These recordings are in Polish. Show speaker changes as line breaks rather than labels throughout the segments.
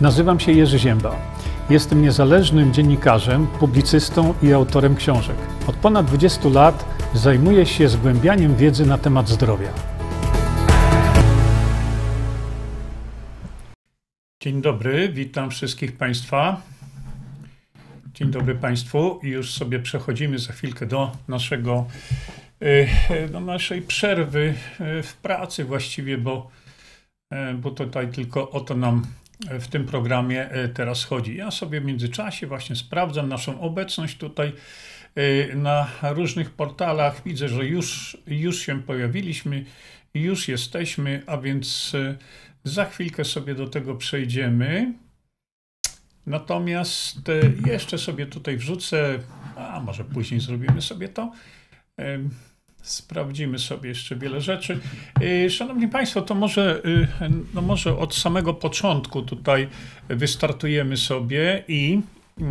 Nazywam się Jerzy Ziemba. Jestem niezależnym dziennikarzem, publicystą i autorem książek. Od ponad 20 lat zajmuję się zgłębianiem wiedzy na temat zdrowia. Dzień dobry, witam wszystkich Państwa. Dzień dobry Państwu. I już sobie przechodzimy za chwilkę do naszej przerwy w pracy właściwie, bo tutaj tylko o to nam w tym programie teraz chodzi. Ja sobie w międzyczasie właśnie sprawdzam naszą obecność tutaj na różnych portalach. Widzę, że już się pojawiliśmy, już jesteśmy, a więc za chwilkę sobie do tego przejdziemy. Natomiast jeszcze sobie tutaj wrzucę, a może później zrobimy sobie to. Sprawdzimy sobie jeszcze wiele rzeczy. Szanowni Państwo, to może od samego początku tutaj wystartujemy sobie i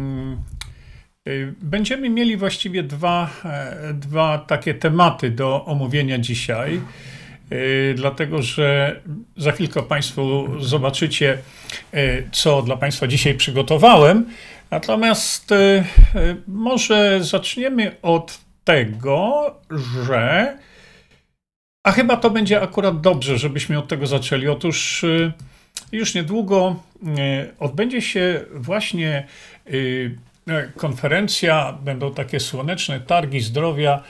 będziemy mieli właściwie dwa takie tematy do omówienia dzisiaj. Dlatego, że za chwilkę Państwo zobaczycie, co dla Państwa dzisiaj przygotowałem. Natomiast może zaczniemy od tego, że... A chyba to będzie akurat dobrze, żebyśmy od tego zaczęli. Otóż już niedługo odbędzie się właśnie konferencja, będą takie słoneczne targi zdrowia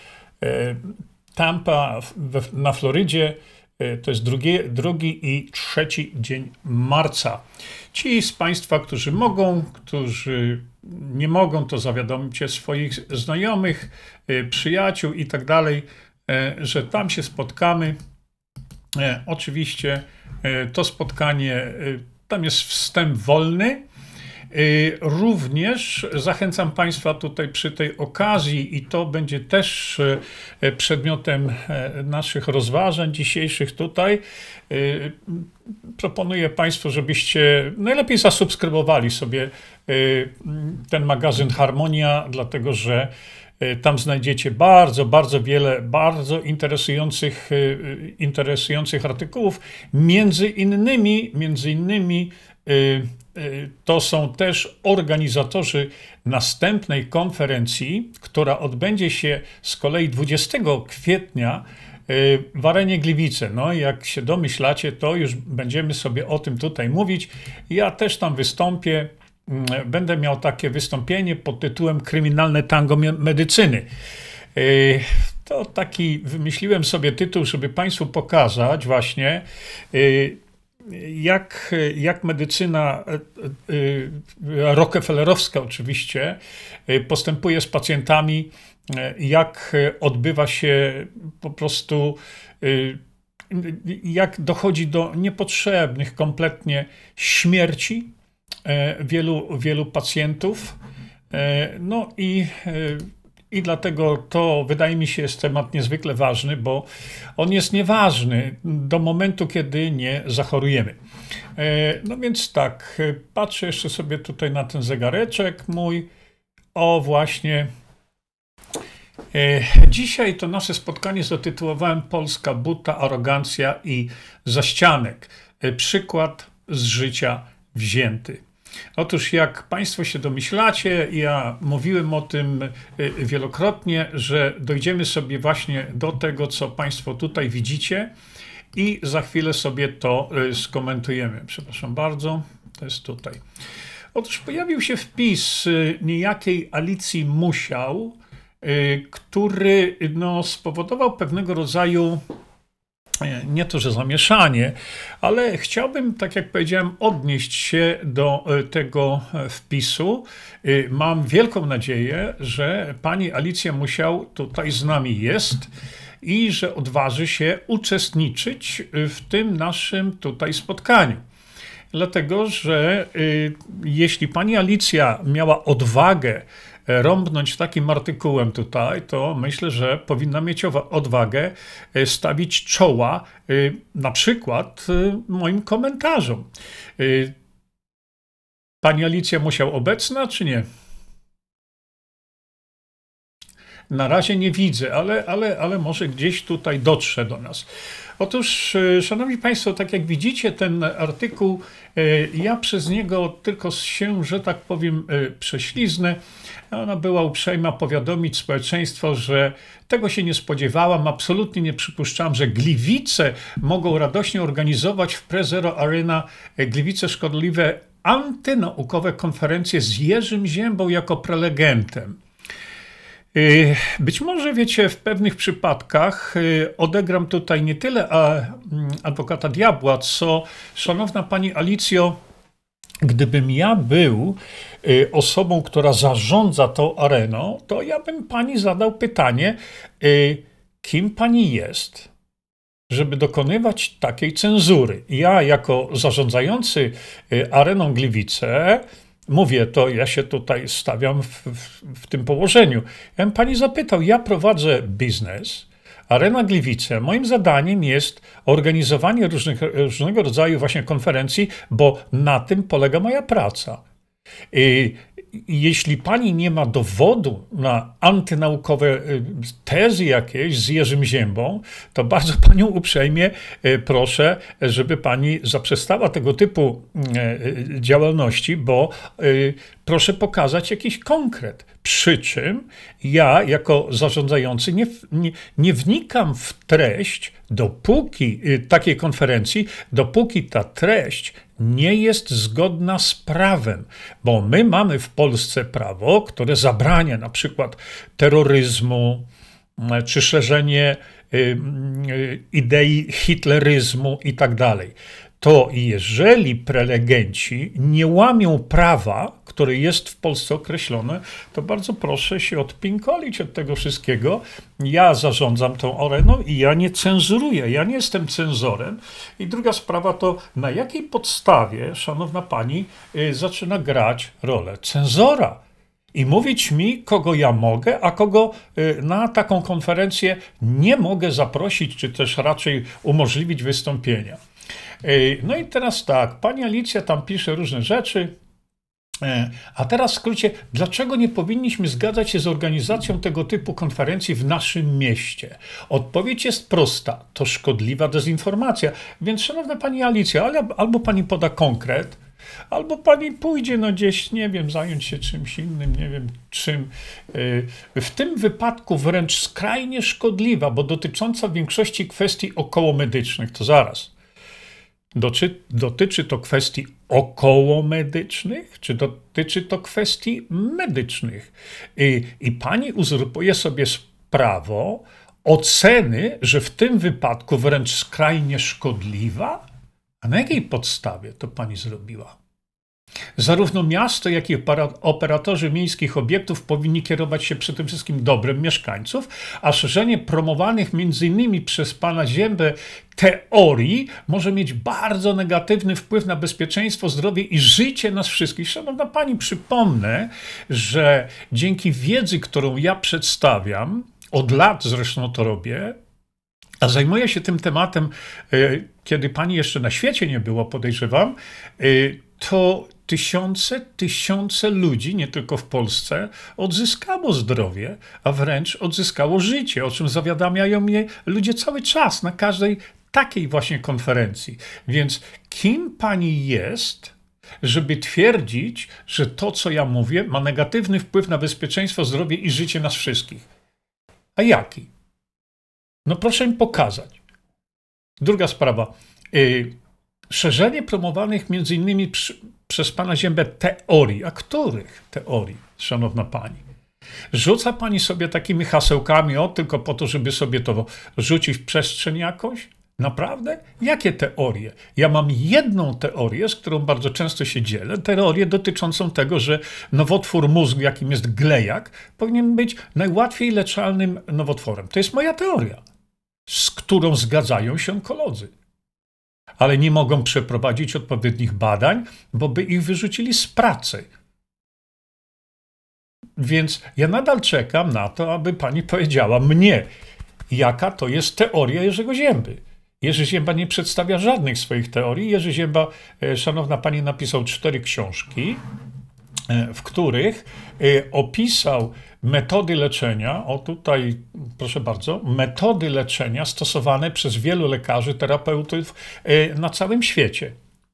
Tampa na Florydzie. To jest drugi i trzeci dzień marca. Ci z Państwa, którzy mogą, którzy nie mogą, to zawiadomcie swoich znajomych, przyjaciół i tak dalej, że tam się spotkamy. Oczywiście to spotkanie, tam jest wstęp wolny. Również zachęcam Państwa tutaj przy tej okazji, i to będzie też przedmiotem naszych rozważań dzisiejszych tutaj. Proponuję Państwu, żebyście najlepiej zasubskrybowali sobie ten magazyn Harmonia, dlatego że tam znajdziecie bardzo wiele bardzo interesujących artykułów. Między innymi to są też organizatorzy następnej konferencji, która odbędzie się z kolei 20 kwietnia w Arenie Gliwice. No, jak się domyślacie, to już będziemy sobie o tym tutaj mówić. Ja też tam wystąpię. Będę miał takie wystąpienie pod tytułem Kryminalne tango medycyny. To taki wymyśliłem sobie tytuł, żeby Państwu pokazać właśnie, jak medycyna rockefellerowska oczywiście postępuje z pacjentami, jak odbywa się po prostu, jak dochodzi do niepotrzebnych kompletnie śmierci wielu pacjentów. No i dlatego to, wydaje mi się, jest temat niezwykle ważny, bo on jest nieważny do momentu, kiedy nie zachorujemy. No więc tak, patrzę jeszcze sobie tutaj na ten zegareczek mój. O, właśnie. Dzisiaj to nasze spotkanie zatytułowałem Polska buta, arogancja i zaścianek. Przykład z życia wzięty. Otóż jak Państwo się domyślacie, ja mówiłem o tym wielokrotnie, że dojdziemy sobie właśnie do tego, co Państwo tutaj widzicie i za chwilę sobie to skomentujemy. Przepraszam bardzo, to jest tutaj. Otóż pojawił się wpis niejakiej Alicji Musiał, który spowodował pewnego rodzaju, nie to, że zamieszanie, ale chciałbym, tak jak powiedziałem, odnieść się do tego wpisu. Mam wielką nadzieję, że pani Alicja Musiał tutaj z nami jest i że odważy się uczestniczyć w tym naszym tutaj spotkaniu. Dlatego, że jeśli pani Alicja miała odwagę rąbnąć takim artykułem tutaj, to myślę, że powinna mieć odwagę stawić czoła na przykład moim komentarzom. Pani Alicja Musiał obecna, czy nie? na razie nie widzę, ale może gdzieś tutaj dotrze do nas. Otóż, szanowni państwo, tak jak widzicie ten artykuł, ja przez niego tylko się, że tak powiem, prześliznę. Ona była uprzejma powiadomić społeczeństwo, że tego się nie spodziewałam, absolutnie nie przypuszczałam, że Gliwice mogą radośnie organizować w Prezero Arena Gliwice Szkodliwe antynaukowe konferencje z Jerzym Ziębą jako prelegentem. Być może, wiecie, w pewnych przypadkach odegram tutaj nie tyle adwokata diabła, co, szanowna pani Alicjo, gdybym ja był osobą, która zarządza tą areną, to ja bym pani zadał pytanie, kim pani jest, żeby dokonywać takiej cenzury. Ja jako zarządzający areną Gliwice, mówię to, ja się tutaj stawiam w tym położeniu. Ja bym pani zapytał, ja prowadzę biznes, Arena Gliwice, moim zadaniem jest organizowanie różnego rodzaju właśnie konferencji, bo na tym polega moja praca. Jeśli pani nie ma dowodu na antynaukowe tezy jakieś z Jerzym Ziębą, to bardzo panią uprzejmie proszę, żeby pani zaprzestała tego typu działalności, bo proszę pokazać jakiś konkret. Przy czym ja jako zarządzający nie wnikam w treść takiej konferencji, dopóki ta treść nie jest zgodna z prawem, bo my mamy w Polsce prawo, które zabrania na przykład terroryzmu czy szerzenie idei hitleryzmu i tak dalej. To jeżeli prelegenci nie łamią prawa, które jest w Polsce określone, to bardzo proszę się odpinkolić od tego wszystkiego. Ja zarządzam tą areną i ja nie cenzuruję, ja nie jestem cenzorem. I druga sprawa to, na jakiej podstawie, szanowna pani, zaczyna grać rolę cenzora i mówić mi, kogo ja mogę, a kogo na taką konferencję nie mogę zaprosić, czy też raczej umożliwić wystąpienia. No i teraz tak, pani Alicja tam pisze różne rzeczy, a teraz w skrócie, dlaczego nie powinniśmy zgadzać się z organizacją tego typu konferencji w naszym mieście? Odpowiedź jest prosta, to szkodliwa dezinformacja. Więc szanowna pani Alicja, albo pani poda konkret, albo pani pójdzie gdzieś, nie wiem, zająć się czymś innym, nie wiem czym. W tym wypadku wręcz skrajnie szkodliwa, bo dotycząca w większości kwestii okołomedycznych. To zaraz. Dotyczy to kwestii okołomedycznych, czy dotyczy to kwestii medycznych? I pani uzurpuje sobie prawo oceny, że w tym wypadku wręcz skrajnie szkodliwa? A na jakiej podstawie to pani zrobiła? Zarówno miasto, jak i operatorzy miejskich obiektów powinni kierować się przede wszystkim dobrem mieszkańców, a szerzenie promowanych m.in. przez pana Ziębę teorii może mieć bardzo negatywny wpływ na bezpieczeństwo, zdrowie i życie nas wszystkich. Szanowna pani, przypomnę, że dzięki wiedzy, którą ja przedstawiam, od lat zresztą to robię, a zajmuję się tym tematem, kiedy pani jeszcze na świecie nie było, podejrzewam, to tysiące ludzi, nie tylko w Polsce, odzyskało zdrowie, a wręcz odzyskało życie, o czym zawiadamiają mnie ludzie cały czas, na każdej takiej właśnie konferencji. Więc kim pani jest, żeby twierdzić, że to, co ja mówię, ma negatywny wpływ na bezpieczeństwo, zdrowie i życie nas wszystkich? A jaki? No proszę mi pokazać. Druga sprawa. Szerzenie promowanych między innymi przez pana Ziębę teorii. A których teorii, szanowna pani? Rzuca pani sobie takimi hasełkami, tylko po to, żeby sobie to rzucić w przestrzeń jakąś? Naprawdę? Jakie teorie? Ja mam jedną teorię, z którą bardzo często się dzielę, teorię dotyczącą tego, że nowotwór mózgu, jakim jest glejak, powinien być najłatwiej leczalnym nowotworem. To jest moja teoria, z którą zgadzają się onkolodzy. Ale nie mogą przeprowadzić odpowiednich badań, bo by ich wyrzucili z pracy. Więc ja nadal czekam na to, aby pani powiedziała mnie, jaka to jest teoria Jerzego Zięby. Jerzy Zięba nie przedstawia żadnych swoich teorii. Jerzy Zięba, szanowna pani, napisał 4 książki. w których opisał metody leczenia, o tutaj proszę bardzo, metody leczenia stosowane przez wielu lekarzy, terapeutów na całym świecie.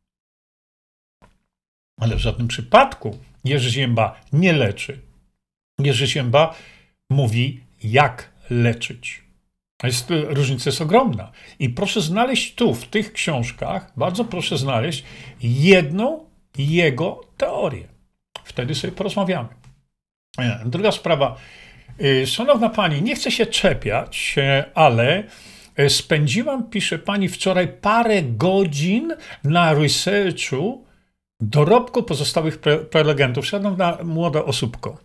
Ale w żadnym przypadku Jerzy Ziemba nie leczy. Jerzy Ziemba mówi, jak leczyć. Różnica jest ogromna. I proszę znaleźć tu, w tych książkach, bardzo proszę znaleźć jedną jego teorię. Wtedy sobie porozmawiamy. Druga sprawa. Szanowna pani, nie chcę się czepiać, ale spędziłam, pisze pani, wczoraj parę godzin na researchu dorobku pozostałych prelegentów. Szanowna młoda osóbko,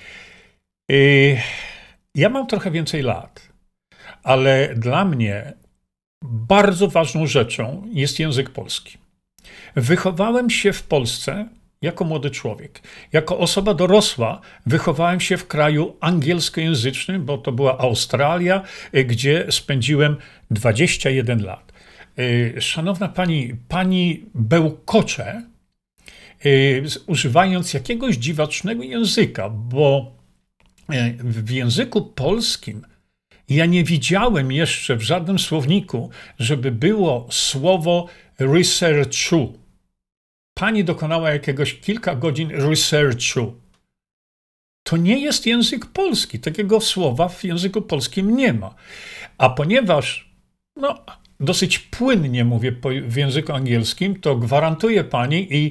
ja mam trochę więcej lat, ale dla mnie bardzo ważną rzeczą jest język polski. Wychowałem się w Polsce jako młody człowiek. Jako osoba dorosła wychowałem się w kraju angielskojęzycznym, bo to była Australia, gdzie spędziłem 21 lat. Szanowna pani, pani bełkocze, używając jakiegoś dziwacznego języka, bo w języku polskim ja nie widziałem jeszcze w żadnym słowniku, żeby było słowo researchu. Pani dokonała jakiegoś kilka godzin researchu. To nie jest język polski. Takiego słowa w języku polskim nie ma. A ponieważ dosyć płynnie mówię w języku angielskim, to gwarantuję pani i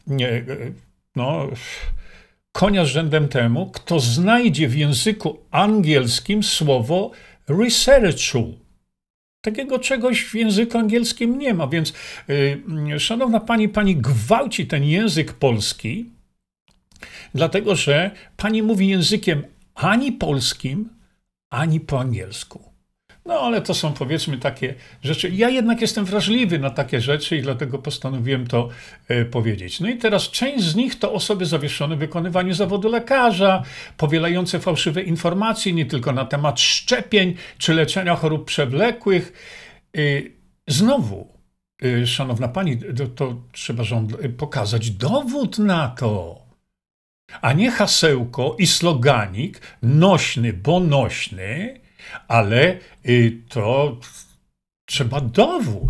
konia z rzędem temu, kto znajdzie w języku angielskim słowo researchu. Takiego czegoś w języku angielskim nie ma, więc szanowna pani, pani gwałci ten język polski, dlatego że pani mówi językiem ani polskim, ani po angielsku. No ale to są, powiedzmy, takie rzeczy. Ja jednak jestem wrażliwy na takie rzeczy i dlatego postanowiłem to powiedzieć. No i teraz część z nich to osoby zawieszone w wykonywaniu zawodu lekarza, powielające fałszywe informacje nie tylko na temat szczepień czy leczenia chorób przewlekłych. Znowu, szanowna pani, to trzeba pokazać dowód na to, a nie hasełko i sloganik nośny, bo nośny, ale to trzeba dowód.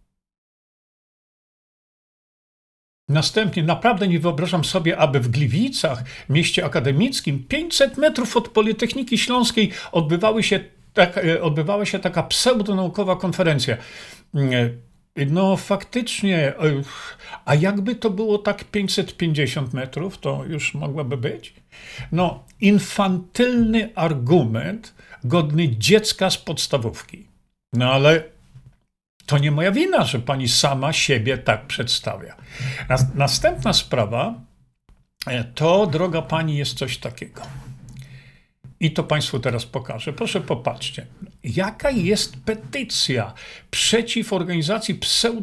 Następnie naprawdę nie wyobrażam sobie, aby w Gliwicach, mieście akademickim, 500 metrów od Politechniki Śląskiej odbywała się taka pseudonaukowa konferencja. No faktycznie, a jakby to było tak 550 metrów, to już mogłaby być? No, infantylny argument godny dziecka z podstawówki. No ale to nie moja wina, że pani sama siebie tak przedstawia. Następna sprawa to, droga pani, jest coś takiego. I to państwu teraz pokażę. Proszę popatrzcie. Jaka jest petycja przeciw organizacji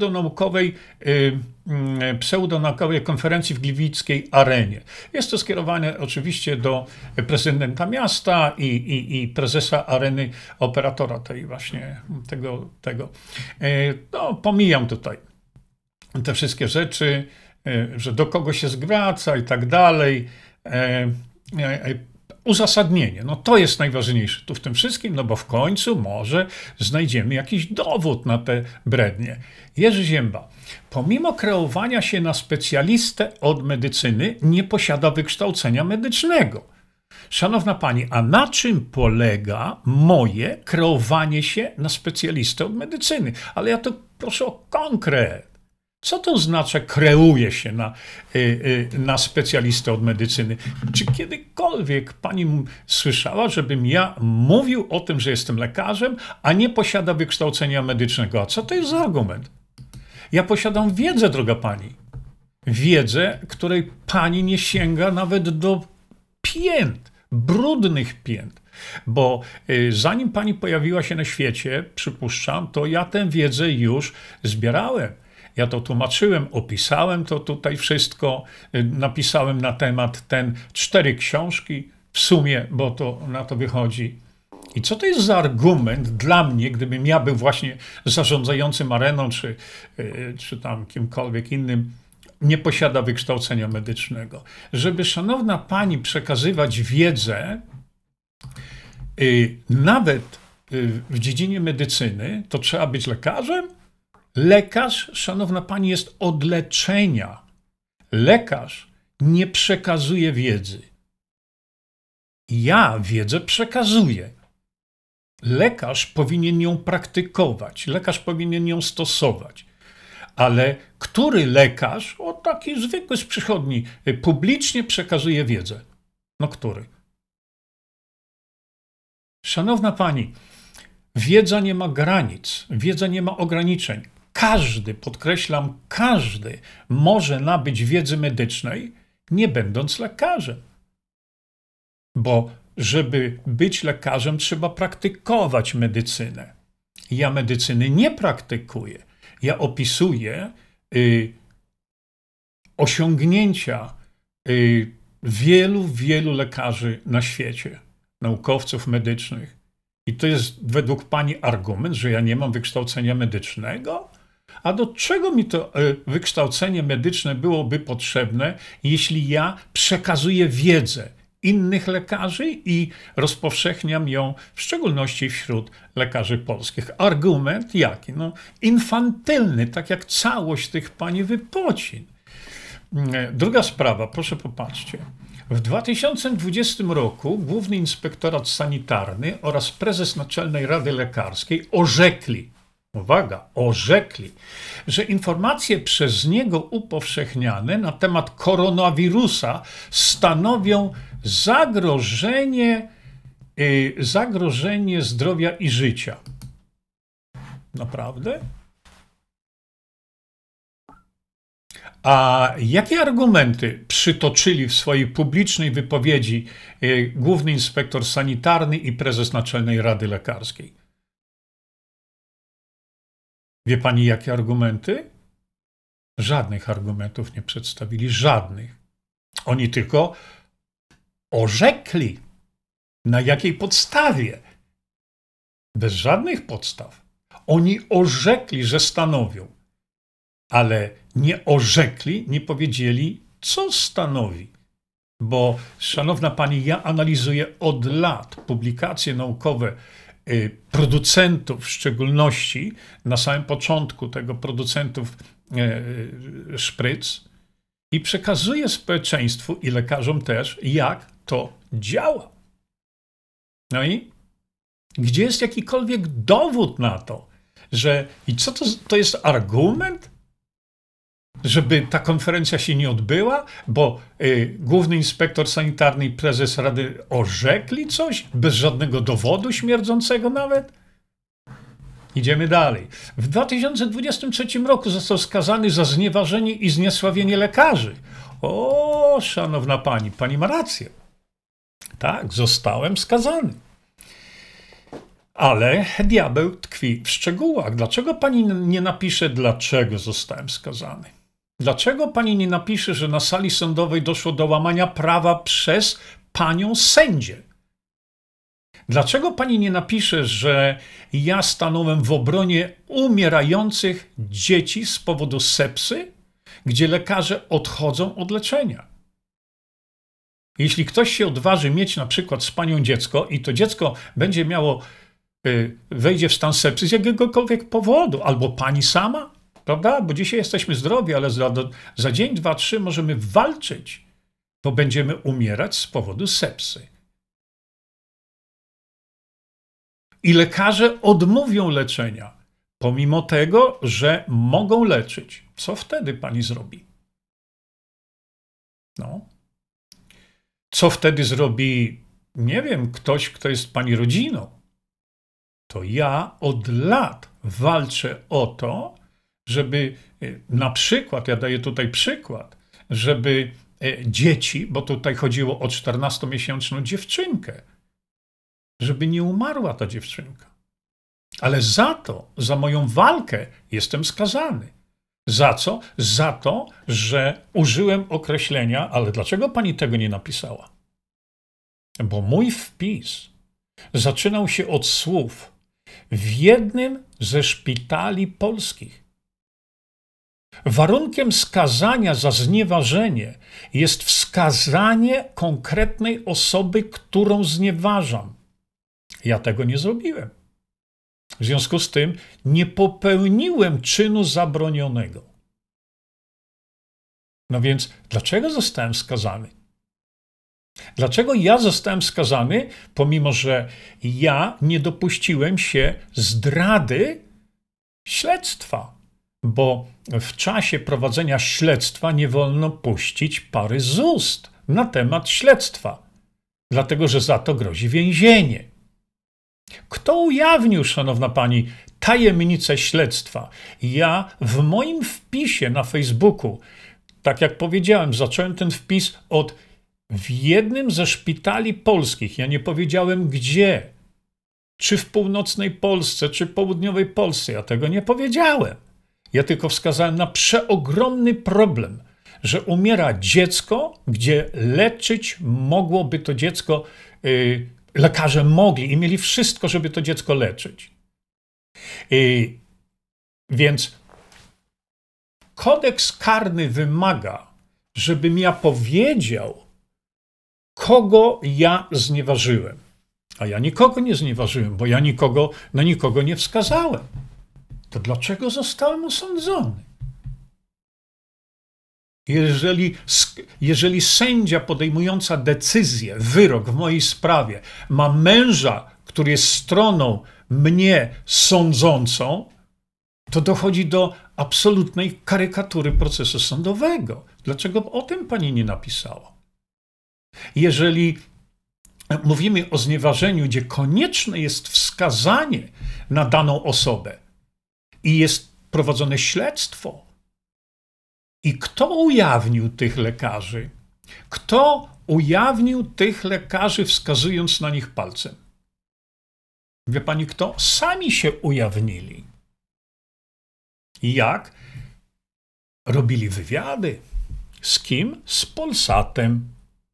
pseudonaukowej konferencji w Gliwickiej Arenie? Jest to skierowane oczywiście do prezydenta miasta i prezesa Areny, operatora tej właśnie tego. No, pomijam tutaj te wszystkie rzeczy, że do kogo się zwraca i tak dalej. Uzasadnienie, no to jest najważniejsze tu w tym wszystkim, no bo w końcu może znajdziemy jakiś dowód na te brednie. Jerzy Ziemba, pomimo kreowania się na specjalistę od medycyny, nie posiada wykształcenia medycznego. Szanowna pani, a na czym polega moje kreowanie się na specjalistę od medycyny? Ale ja to proszę o konkret. Co to znaczy kreuje się na specjalistę od medycyny? Czy kiedykolwiek pani słyszała, żebym ja mówił o tym, że jestem lekarzem, a nie posiada wykształcenia medycznego? A co to jest za argument? Ja posiadam wiedzę, droga pani. Wiedzę, której pani nie sięga nawet do pięt, brudnych pięt. Bo zanim pani pojawiła się na świecie, przypuszczam, to ja tę wiedzę już zbierałem. Ja to tłumaczyłem, opisałem to tutaj wszystko, napisałem na temat 4 książki w sumie, bo to na to wychodzi. I co to jest za argument dla mnie, gdybym ja był właśnie zarządzającym areną, czy tam kimkolwiek innym, nie posiada wykształcenia medycznego. Żeby, szanowna pani, przekazywać wiedzę, nawet w dziedzinie medycyny, to trzeba być lekarzem? Lekarz, szanowna pani, jest od leczenia. Lekarz nie przekazuje wiedzy. Ja wiedzę przekazuję. Lekarz powinien ją praktykować, lekarz powinien ją stosować. Ale który lekarz, taki zwykły z przychodni, publicznie przekazuje wiedzę? No który? Szanowna pani, wiedza nie ma granic, wiedza nie ma ograniczeń. Każdy, podkreślam, każdy może nabyć wiedzy medycznej, nie będąc lekarzem. Bo żeby być lekarzem, trzeba praktykować medycynę. Ja medycyny nie praktykuję. Ja opisuję osiągnięcia wielu lekarzy na świecie, naukowców medycznych. I to jest według pani argument, że ja nie mam wykształcenia medycznego? A do czego mi to wykształcenie medyczne byłoby potrzebne, jeśli ja przekazuję wiedzę innych lekarzy i rozpowszechniam ją w szczególności wśród lekarzy polskich? Argument jaki? No, infantylny, tak jak całość tych pani wypocin. Druga sprawa, proszę popatrzcie. W 2020 roku Główny Inspektorat Sanitarny oraz prezes Naczelnej Rady Lekarskiej orzekli, uwaga, orzekli, że informacje przez niego upowszechniane na temat koronawirusa stanowią zagrożenie zdrowia i życia. Naprawdę? A jakie argumenty przytoczyli w swojej publicznej wypowiedzi Główny Inspektor Sanitarny i prezes Naczelnej Rady Lekarskiej? Wie pani, jakie argumenty? Żadnych argumentów nie przedstawili, żadnych. Oni tylko orzekli. Na jakiej podstawie? Bez żadnych podstaw. Oni orzekli, że stanowią, ale nie orzekli, nie powiedzieli, co stanowi. Bo, szanowna pani, ja analizuję od lat publikacje naukowe producentów, w szczególności na samym początku tego producentów szpryc i przekazuję społeczeństwu i lekarzom też, jak to działa. No i gdzie jest jakikolwiek dowód na to, że i co to jest argument? Żeby ta konferencja się nie odbyła, bo Główny Inspektor Sanitarny i prezes Rady orzekli coś bez żadnego dowodu śmierdzącego nawet? Idziemy dalej. W 2023 roku został skazany za znieważenie i zniesławienie lekarzy. O, szanowna pani, pani ma rację. Tak, zostałem skazany. Ale diabeł tkwi w szczegółach. Dlaczego pani nie napisze, dlaczego zostałem skazany? Dlaczego pani nie napisze, że na sali sądowej doszło do łamania prawa przez panią sędzię? Dlaczego pani nie napisze, że ja stanąłem w obronie umierających dzieci z powodu sepsy, gdzie lekarze odchodzą od leczenia? Jeśli ktoś się odważy mieć na przykład z panią dziecko i to dziecko będzie miało, wejdzie w stan sepsy z jakiegokolwiek powodu, albo pani sama, prawda? Bo dzisiaj jesteśmy zdrowi, ale za dzień, 2, 3 możemy walczyć, bo będziemy umierać z powodu sepsy. I lekarze odmówią leczenia, pomimo tego, że mogą leczyć. Co wtedy pani zrobi? No. Co wtedy zrobi, nie wiem, ktoś, kto jest pani rodziną? To ja od lat walczę o to, żeby na przykład, ja daję tutaj przykład, żeby dzieci, bo tutaj chodziło o 14-miesięczną dziewczynkę, żeby nie umarła ta dziewczynka. Ale za moją walkę jestem skazany. Za co? Za to, że użyłem określenia, ale dlaczego pani tego nie napisała? Bo mój wpis zaczynał się od słów w jednym ze szpitali polskich. warunkiem skazania za znieważenie jest wskazanie konkretnej osoby, którą znieważam. Ja tego nie zrobiłem. W związku z tym nie popełniłem czynu zabronionego. No więc dlaczego zostałem skazany? Dlaczego ja zostałem skazany, pomimo że ja nie dopuściłem się zdrady śledztwa? Bo w czasie prowadzenia śledztwa nie wolno puścić pary z ust na temat śledztwa, dlatego że za to grozi więzienie. Kto ujawnił, szanowna pani, tajemnicę śledztwa? Ja w moim wpisie na Facebooku, tak jak powiedziałem, zacząłem ten wpis w jednym ze szpitali polskich. Ja nie powiedziałem gdzie. Czy w północnej Polsce, czy południowej Polsce. Ja tego nie powiedziałem. Ja tylko wskazałem na przeogromny problem, że umiera dziecko, gdzie leczyć mogłoby to dziecko, lekarze mogli i mieli wszystko, żeby to dziecko leczyć. Więc kodeks karny wymaga, żebym ja powiedział, kogo ja znieważyłem. A ja nikogo nie znieważyłem, bo ja na nikogo nie wskazałem. To dlaczego zostałem osądzony? Jeżeli sędzia podejmująca decyzję, wyrok w mojej sprawie ma męża, który jest stroną mnie sądzącą, to dochodzi do absolutnej karykatury procesu sądowego. Dlaczego o tym pani nie napisała? Jeżeli mówimy o znieważeniu, gdzie konieczne jest wskazanie na daną osobę i jest prowadzone śledztwo, i kto ujawnił tych lekarzy? Kto ujawnił tych lekarzy, wskazując na nich palcem? Wie pani kto? Sami się ujawnili. Jak? Robili wywiady. Z kim? Z Polsatem.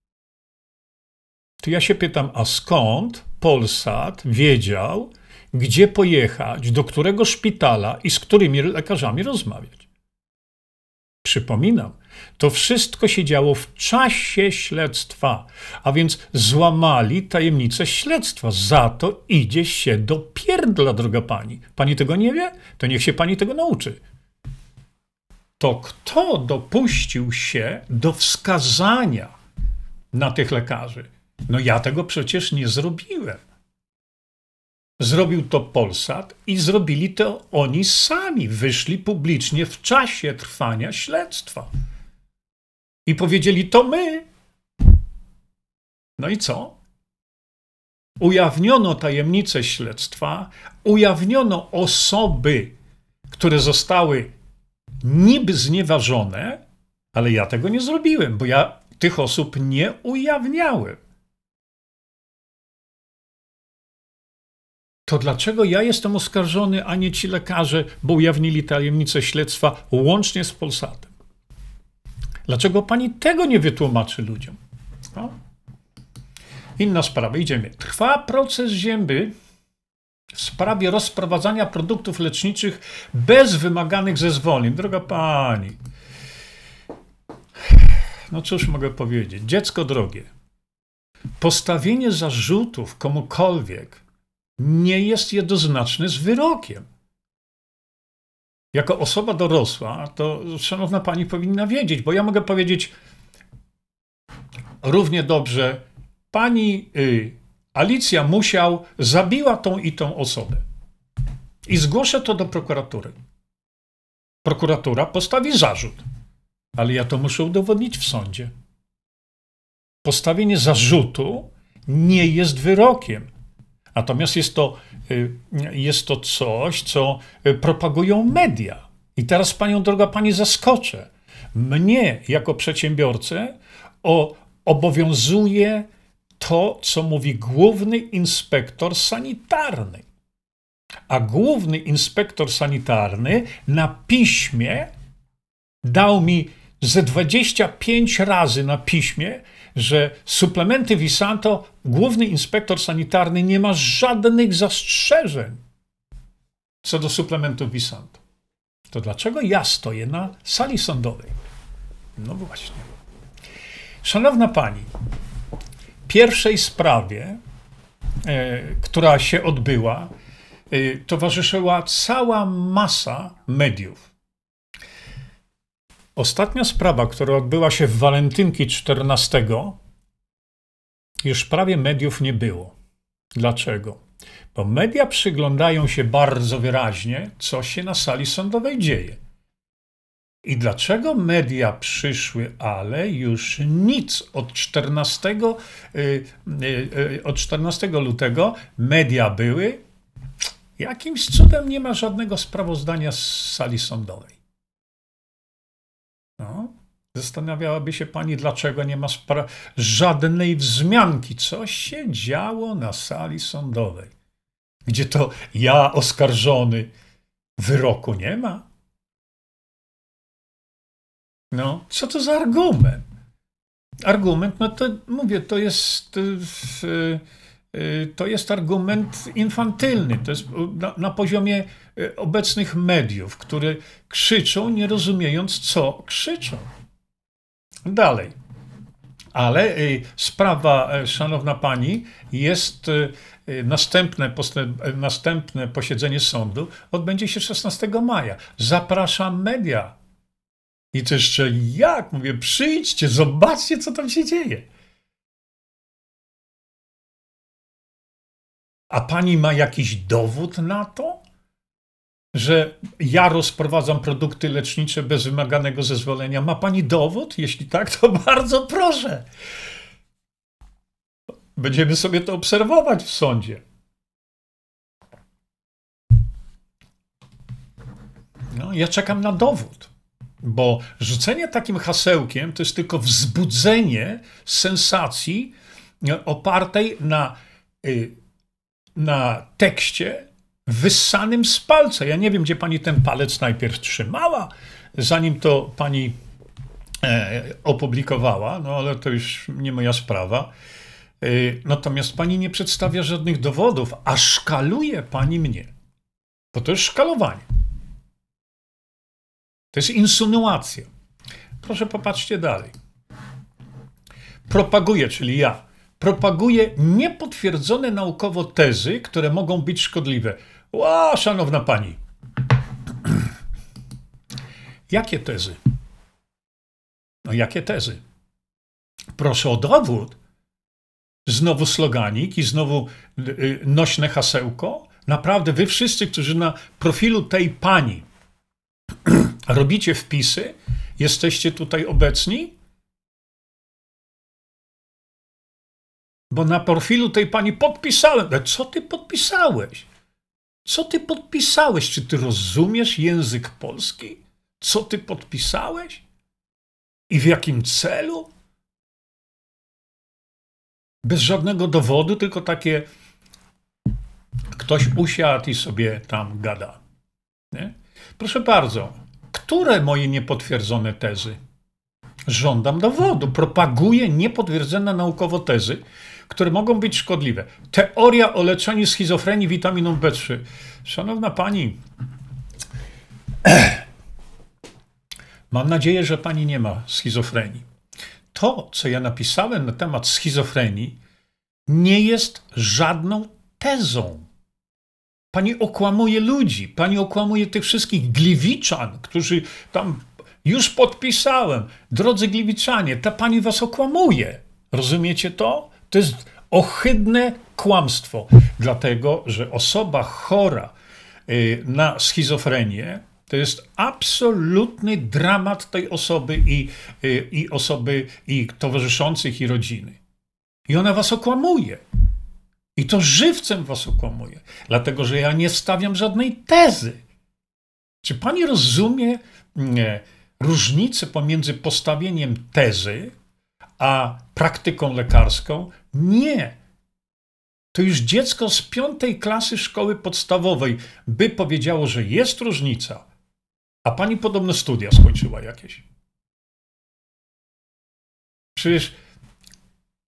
To ja się pytam, a skąd Polsat wiedział, gdzie pojechać, do którego szpitala i z którymi lekarzami rozmawiać? Przypominam, to wszystko się działo w czasie śledztwa, a więc złamali tajemnicę śledztwa. Za to idzie się do pierdla, droga pani. Pani tego nie wie? To niech się pani tego nauczy. To kto dopuścił się do wskazania na tych lekarzy? No ja tego przecież nie zrobiłem. Zrobił to Polsat i zrobili to oni sami. Wyszli publicznie w czasie trwania śledztwa. I powiedzieli, to my. No i co? Ujawniono tajemnicę śledztwa, ujawniono osoby, które zostały niby znieważone, ale ja tego nie zrobiłem, bo ja tych osób nie ujawniałem. To dlaczego ja jestem oskarżony, a nie ci lekarze, bo ujawnili tajemnicę śledztwa łącznie z Polsatem? Dlaczego pani tego nie wytłumaczy ludziom? No. Inna sprawa, idziemy. Trwa proces Zięby w sprawie rozprowadzania produktów leczniczych bez wymaganych zezwoleń. Droga pani, no cóż mogę powiedzieć? Dziecko drogie. Postawienie zarzutów komukolwiek nie jest jednoznaczne z wyrokiem. Jako osoba dorosła, to szanowna pani powinna wiedzieć, bo ja mogę powiedzieć równie dobrze, pani Alicja Musiał zabiła tą i tą osobę. I zgłoszę to do prokuratury. Prokuratura postawi zarzut, ale ja to muszę udowodnić w sądzie. Postawienie zarzutu nie jest wyrokiem. Natomiast jest to coś, co propagują media. I teraz panią, droga pani, zaskoczę. Mnie jako przedsiębiorcę obowiązuje to, co mówi główny inspektor sanitarny. A główny inspektor sanitarny na piśmie dał mi ze 25 razy na piśmie, że suplementy Visanto, główny inspektor sanitarny nie ma żadnych zastrzeżeń co do suplementów Visanto. to dlaczego ja stoję na sali sądowej? No właśnie. Szanowna pani, pierwszej sprawie, która się odbyła, towarzyszyła cała masa mediów. Ostatnia sprawa, która odbyła się w walentynki 14, już prawie mediów nie było. Dlaczego? Bo media przyglądają się bardzo wyraźnie, co się na sali sądowej dzieje. I dlaczego media przyszły, ale już nic od 14 lutego media były, jakimś cudem nie ma żadnego sprawozdania z sali sądowej. No, zastanawiałaby się pani, dlaczego nie ma żadnej wzmianki, co się działo na sali sądowej, gdzie to ja oskarżony, wyroku nie ma. No, co to za argument? Argument, no to mówię, to jest argument infantylny. To jest na poziomie obecnych mediów, które krzyczą, nie rozumiejąc, co krzyczą. Dalej. Ale sprawa, szanowna pani, jest następne posiedzenie sądu odbędzie się 16 maja. Zapraszam media. I to jeszcze jak? Mówię, przyjdźcie, zobaczcie, co tam się dzieje. A pani ma jakiś dowód na to, że ja rozprowadzam produkty lecznicze bez wymaganego zezwolenia? Ma pani dowód? Jeśli tak, to bardzo proszę. Będziemy sobie to obserwować w sądzie. No, ja czekam na dowód. Bo rzucenie takim hasełkiem to jest tylko wzbudzenie sensacji opartej na tekście wyssanym z palca. Ja nie wiem, gdzie pani ten palec najpierw trzymała, zanim to pani opublikowała, no ale to już nie moja sprawa. Natomiast pani nie przedstawia żadnych dowodów, a szkaluje pani mnie. Bo to jest szkalowanie. To jest insynuacja. Proszę, popatrzcie dalej. Propaguję, czyli ja, propaguję niepotwierdzone naukowo tezy, które mogą być szkodliwe. Ła, szanowna pani. Jakie tezy? No jakie tezy? Proszę o dowód. Znowu sloganik i znowu nośne hasełko. Naprawdę, wy wszyscy, którzy na profilu tej pani robicie wpisy, jesteście tutaj obecni? Bo na profilu tej pani podpisałem. Co ty podpisałeś? Co ty podpisałeś? Czy ty rozumiesz język polski? Co ty podpisałeś? I w jakim celu? Bez żadnego dowodu, tylko takie ktoś usiadł i sobie tam gada. Nie? Proszę bardzo, które moje niepotwierdzone tezy? Żądam dowodu. Propaguję niepotwierdzone naukowo tezy, które mogą być szkodliwe. Teoria o leczeniu schizofrenii witaminą B3. Szanowna pani, mam nadzieję, że pani nie ma schizofrenii. To, co ja napisałem na temat schizofrenii, nie jest żadną tezą. Pani okłamuje ludzi, pani okłamuje tych wszystkich gliwiczan, którzy tam już podpisałem. Drodzy gliwiczanie, ta pani was okłamuje. Rozumiecie to? To jest ohydne kłamstwo, dlatego że osoba chora na schizofrenię to jest absolutny dramat tej osoby i osoby i towarzyszących i rodziny. I ona was okłamuje. I to żywcem was okłamuje, dlatego że ja nie stawiam żadnej tezy. Czy pani rozumie różnicę pomiędzy postawieniem tezy a praktyką lekarską? Nie. To już dziecko z 5. klasy szkoły podstawowej by powiedziało, że jest różnica, a pani podobno studia skończyła jakieś. Przecież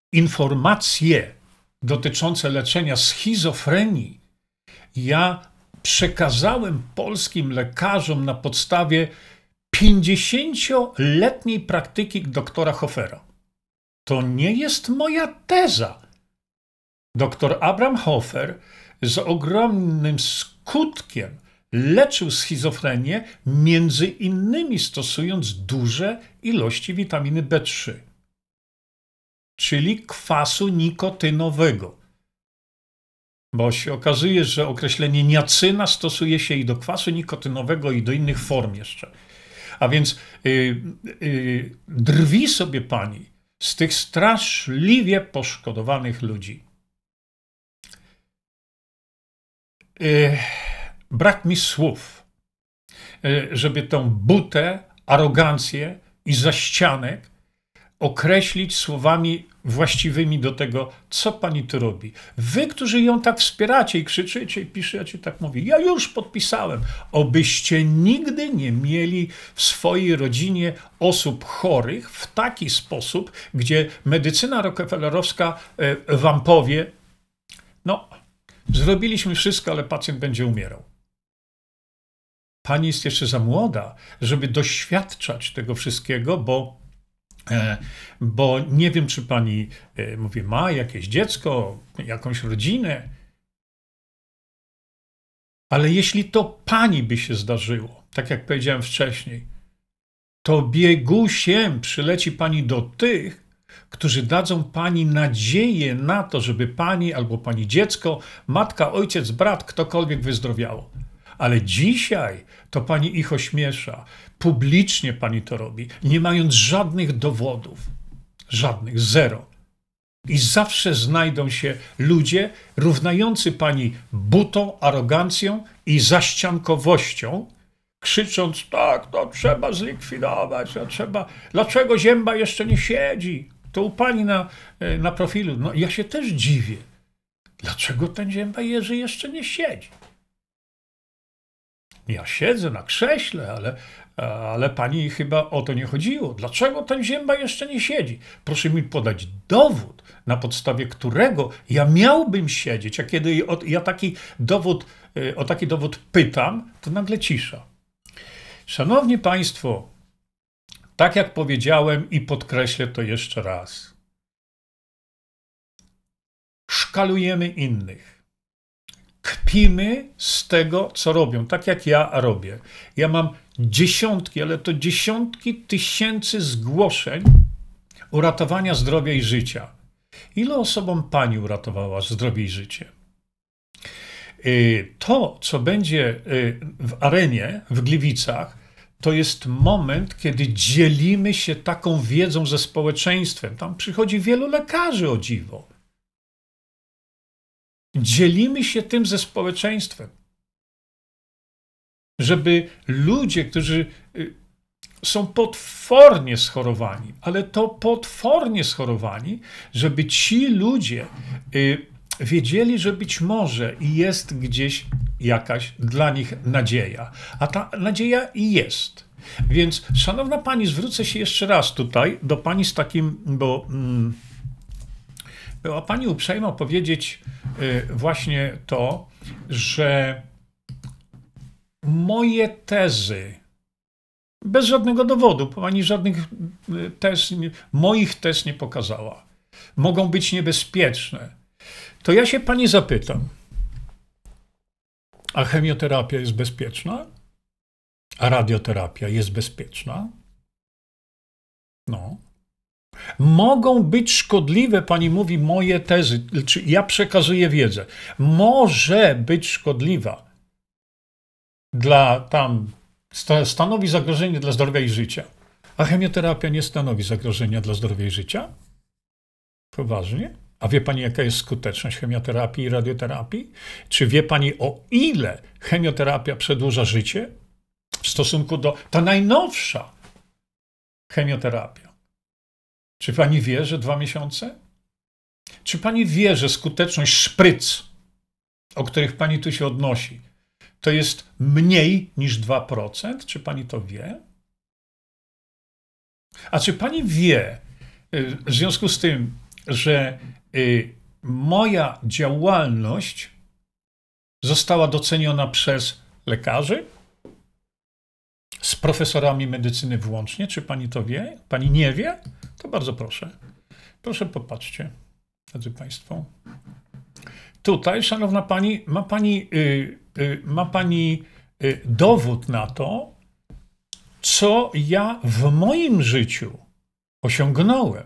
informacje dotyczące leczenia schizofrenii ja przekazałem polskim lekarzom na podstawie 50-letniej praktyki doktora Hofera. To nie jest moja teza. Doktor Abraham Hofer z ogromnym skutkiem leczył schizofrenię, między innymi stosując duże ilości witaminy B3, czyli kwasu nikotynowego. Bo się okazuje, że określenie niacyna stosuje się i do kwasu nikotynowego, i do innych form jeszcze. A więc drwi sobie pani z tych straszliwie poszkodowanych ludzi. Brak mi słów, żeby tę butę, arogancję i zaścianek określić słowami właściwymi do tego, co pani tu robi. Wy, którzy ją tak wspieracie i krzyczycie i piszecie, tak mówi, ja już podpisałem, obyście nigdy nie mieli w swojej rodzinie osób chorych w taki sposób, gdzie medycyna rockefellerowska wam powie, no, zrobiliśmy wszystko, ale pacjent będzie umierał. Pani jest jeszcze za młoda, żeby doświadczać tego wszystkiego, bo nie wiem, czy pani, mówię, ma jakieś dziecko, jakąś rodzinę, ale jeśli to pani by się zdarzyło, tak jak powiedziałem wcześniej, to biegusiem przyleci pani do tych, którzy dadzą pani nadzieję na to, żeby pani albo pani dziecko, matka, ojciec, brat, ktokolwiek wyzdrowiało. Ale dzisiaj to pani ich ośmiesza. Publicznie pani to robi, nie mając żadnych dowodów. Żadnych, zero. I zawsze znajdą się ludzie równający pani butą, arogancją i zaściankowością, krzycząc, tak, to trzeba zlikwidować, to trzeba... Dlaczego Zięba jeszcze nie siedzi? To u pani na profilu. No ja się też dziwię. Dlaczego ten Zięba Jerzy jeszcze nie siedzi? Ja siedzę na krześle, ale pani chyba o to nie chodziło. Dlaczego ten Zięba jeszcze nie siedzi? Proszę mi podać dowód, na podstawie którego ja miałbym siedzieć, a kiedy ja o taki dowód pytam, to nagle cisza. Szanowni państwo, tak jak powiedziałem i podkreślę to jeszcze raz. Szkalujemy innych. Kpimy z tego, co robią, tak jak ja robię. Ja mam dziesiątki, ale to dziesiątki tysięcy zgłoszeń uratowania zdrowia i życia. Ile osobom pani uratowała zdrowie i życie? To, co będzie w arenie, w Gliwicach, to jest moment, kiedy dzielimy się taką wiedzą ze społeczeństwem. Tam przychodzi wielu lekarzy, o dziwo. Dzielimy się tym ze społeczeństwem, żeby ludzie, którzy są potwornie schorowani, ale to potwornie schorowani, żeby ci ludzie wiedzieli, że być może jest gdzieś jakaś dla nich nadzieja. A ta nadzieja jest. Więc, szanowna pani, zwrócę się jeszcze raz tutaj do pani z takim, bo była pani uprzejma powiedzieć właśnie to, że moje tezy, bez żadnego dowodu, bo pani żadnych tez, moich tez nie pokazała, mogą być niebezpieczne. To ja się pani zapytam, a chemioterapia jest bezpieczna? A radioterapia jest bezpieczna? No. Mogą być szkodliwe, pani mówi, moje tezy, czy ja przekazuję wiedzę. Może być szkodliwa stanowi zagrożenie dla zdrowia i życia. A chemioterapia nie stanowi zagrożenia dla zdrowia i życia? Poważnie? A wie pani, jaka jest skuteczność chemioterapii i radioterapii? Czy wie pani, o ile chemioterapia przedłuża życie w stosunku do ta najnowsza chemioterapia? Czy pani wie, że 2 miesiące? Czy pani wie, że skuteczność szpryc, o których pani tu się odnosi, to jest mniej niż 2%? Czy pani to wie? A czy pani wie, w związku z tym, że moja działalność została doceniona przez lekarzy, z profesorami medycyny włącznie. Czy pani to wie? Pani nie wie? To bardzo proszę. Proszę popatrzcie, drodzy państwo. Tutaj, szanowna pani, ma pani dowód na to, co ja w moim życiu osiągnąłem.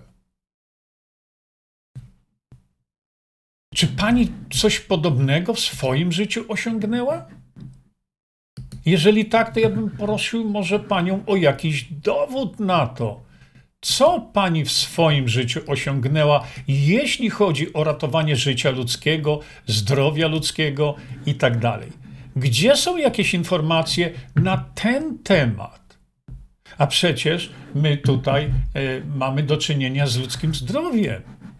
Czy pani coś podobnego w swoim życiu osiągnęła? Jeżeli tak, to ja bym prosił może panią o jakiś dowód na to, co pani w swoim życiu osiągnęła, jeśli chodzi o ratowanie życia ludzkiego, zdrowia ludzkiego i tak dalej. Gdzie są jakieś informacje na ten temat? A przecież my tutaj mamy do czynienia z ludzkim zdrowiem.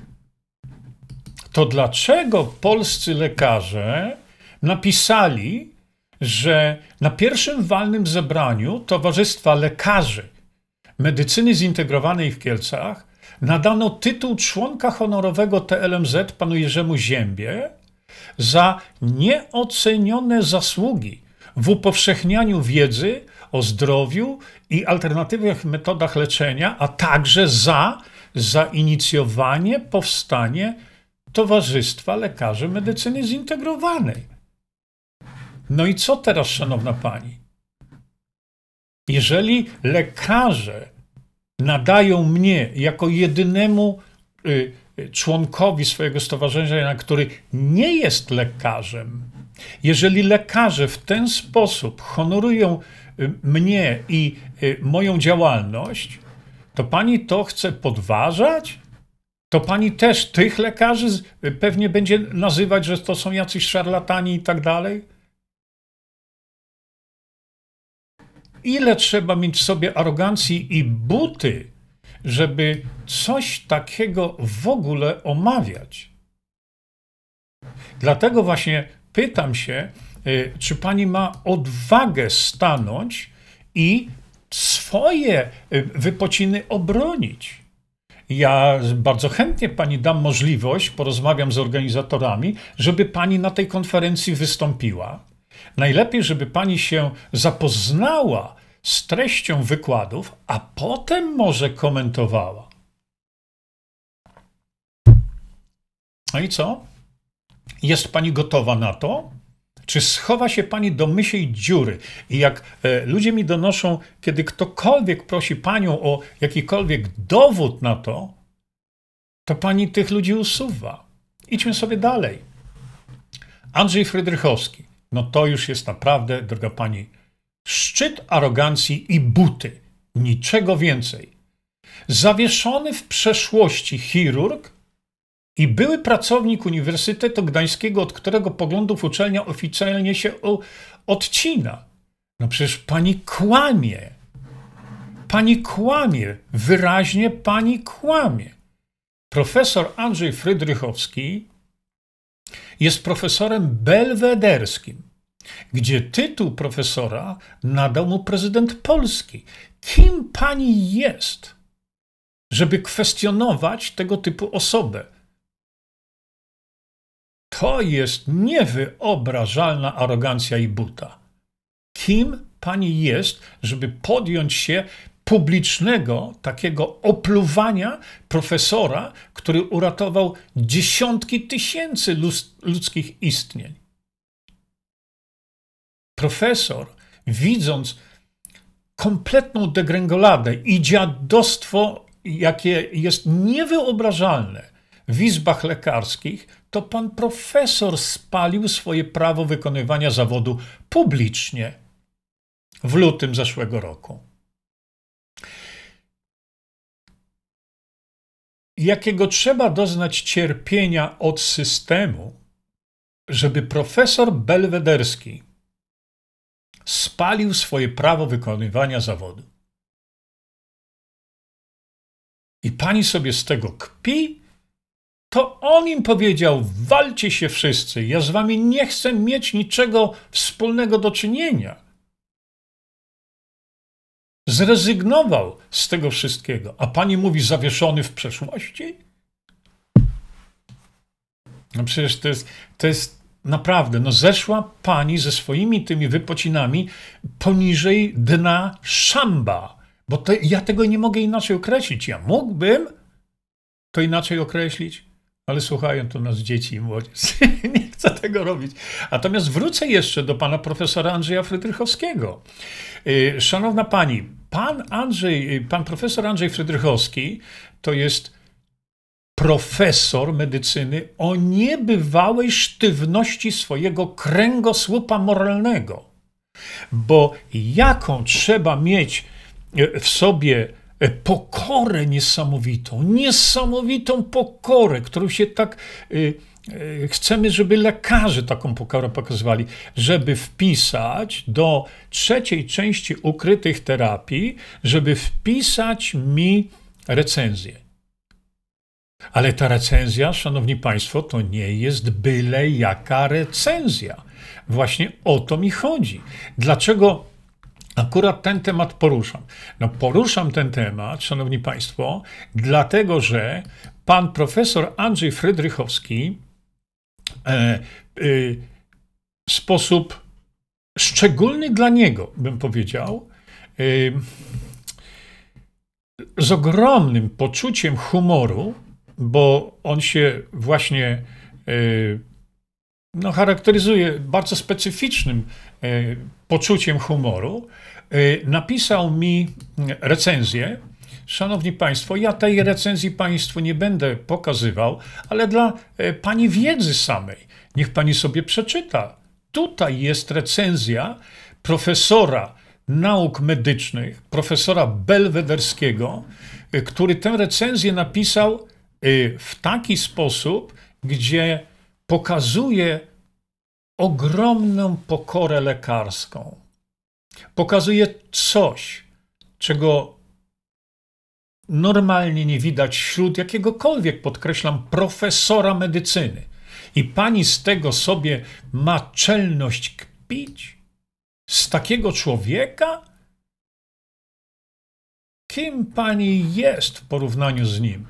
To dlaczego polscy lekarze napisali, że na pierwszym walnym zebraniu Towarzystwa Lekarzy Medycyny Zintegrowanej w Kielcach nadano tytuł członka honorowego TLMZ panu Jerzemu Ziębie za nieocenione zasługi w upowszechnianiu wiedzy o zdrowiu i alternatywnych metodach leczenia, a także za zainicjowanie powstanie Towarzystwa Lekarzy Medycyny Zintegrowanej. No i co teraz, szanowna pani? Jeżeli lekarze nadają mnie jako jedynemu członkowi swojego stowarzyszenia, który nie jest lekarzem, jeżeli lekarze w ten sposób honorują mnie i moją działalność, to pani to chce podważać? To pani też tych lekarzy pewnie będzie nazywać, że to są jacyś szarlatani i tak dalej? Ile trzeba mieć w sobie arogancji i buty, żeby coś takiego w ogóle omawiać? Dlatego właśnie pytam się, czy pani ma odwagę stanąć i swoje wypociny obronić. Ja bardzo chętnie pani dam możliwość, porozmawiam z organizatorami, żeby pani na tej konferencji wystąpiła. Najlepiej, żeby pani się zapoznała z treścią wykładów, a potem może komentowała. No i co? Jest pani gotowa na to? Czy schowa się pani do mysiej dziury? I jak ludzie mi donoszą, kiedy ktokolwiek prosi panią o jakikolwiek dowód na to, to pani tych ludzi usuwa. Idźmy sobie dalej. Andrzej Frydrychowski. No to już jest naprawdę, droga pani, szczyt arogancji i buty. Niczego więcej. Zawieszony w przeszłości chirurg i były pracownik Uniwersytetu Gdańskiego, od którego poglądów uczelnia oficjalnie się odcina. No przecież pani kłamie. Pani kłamie. Wyraźnie pani kłamie. Profesor Andrzej Frydrychowski jest profesorem belwederskim, gdzie tytuł profesora nadał mu prezydent Polski. Kim pani jest, żeby kwestionować tego typu osobę? To jest niewyobrażalna arogancja i buta. Kim pani jest, żeby podjąć się publicznego takiego opluwania profesora, który uratował dziesiątki tysięcy ludzkich istnień? Profesor, widząc kompletną degrengoladę i dziadostwo, jakie jest niewyobrażalne w izbach lekarskich, to pan profesor spalił swoje prawo wykonywania zawodu publicznie w lutym zeszłego roku. Jakiego trzeba doznać cierpienia od systemu, żeby profesor belwederski spalił swoje prawo wykonywania zawodu. I pani sobie z tego kpi? To on im powiedział, walcie się wszyscy, ja z wami nie chcę mieć niczego wspólnego do czynienia. Zrezygnował z tego wszystkiego, a pani mówi zawieszony w przeszłości? No przecież to jest naprawdę, no zeszła pani ze swoimi tymi wypocinami poniżej dna szamba, bo ja tego nie mogę inaczej określić. Ja mógłbym to inaczej określić, ale słuchają to nas dzieci i młodzież. Nie chcę tego robić. Natomiast wrócę jeszcze do pana profesora Andrzeja Frydrychowskiego. Szanowna pani, pan profesor Andrzej Frydrychowski to jest profesor medycyny o niebywałej sztywności swojego kręgosłupa moralnego. Bo jaką trzeba mieć w sobie pokorę niesamowitą pokorę, którą się tak chcemy, żeby lekarze taką pokorę pokazywali, żeby wpisać do 3. części ukrytych terapii, żeby wpisać mi recenzję. Ale ta recenzja, szanowni państwo, to nie jest byle jaka recenzja. Właśnie o to mi chodzi. Dlaczego akurat ten temat poruszam? No poruszam ten temat, szanowni państwo, dlatego, że pan profesor Andrzej Frydrychowski w sposób szczególny dla niego, bym powiedział, z ogromnym poczuciem humoru, bo on się właśnie charakteryzuje bardzo specyficznym poczuciem humoru, napisał mi recenzję. Szanowni państwo, ja tej recenzji państwu nie będę pokazywał, ale dla pani wiedzy samej, niech pani sobie przeczyta. Tutaj jest recenzja profesora nauk medycznych, profesora Belwederskiego, który tę recenzję napisał w taki sposób, gdzie pokazuje ogromną pokorę lekarską. Pokazuje coś, czego normalnie nie widać wśród jakiegokolwiek, podkreślam, profesora medycyny. I pani z tego sobie ma czelność kpić? Z takiego człowieka? Kim pani jest w porównaniu z nim?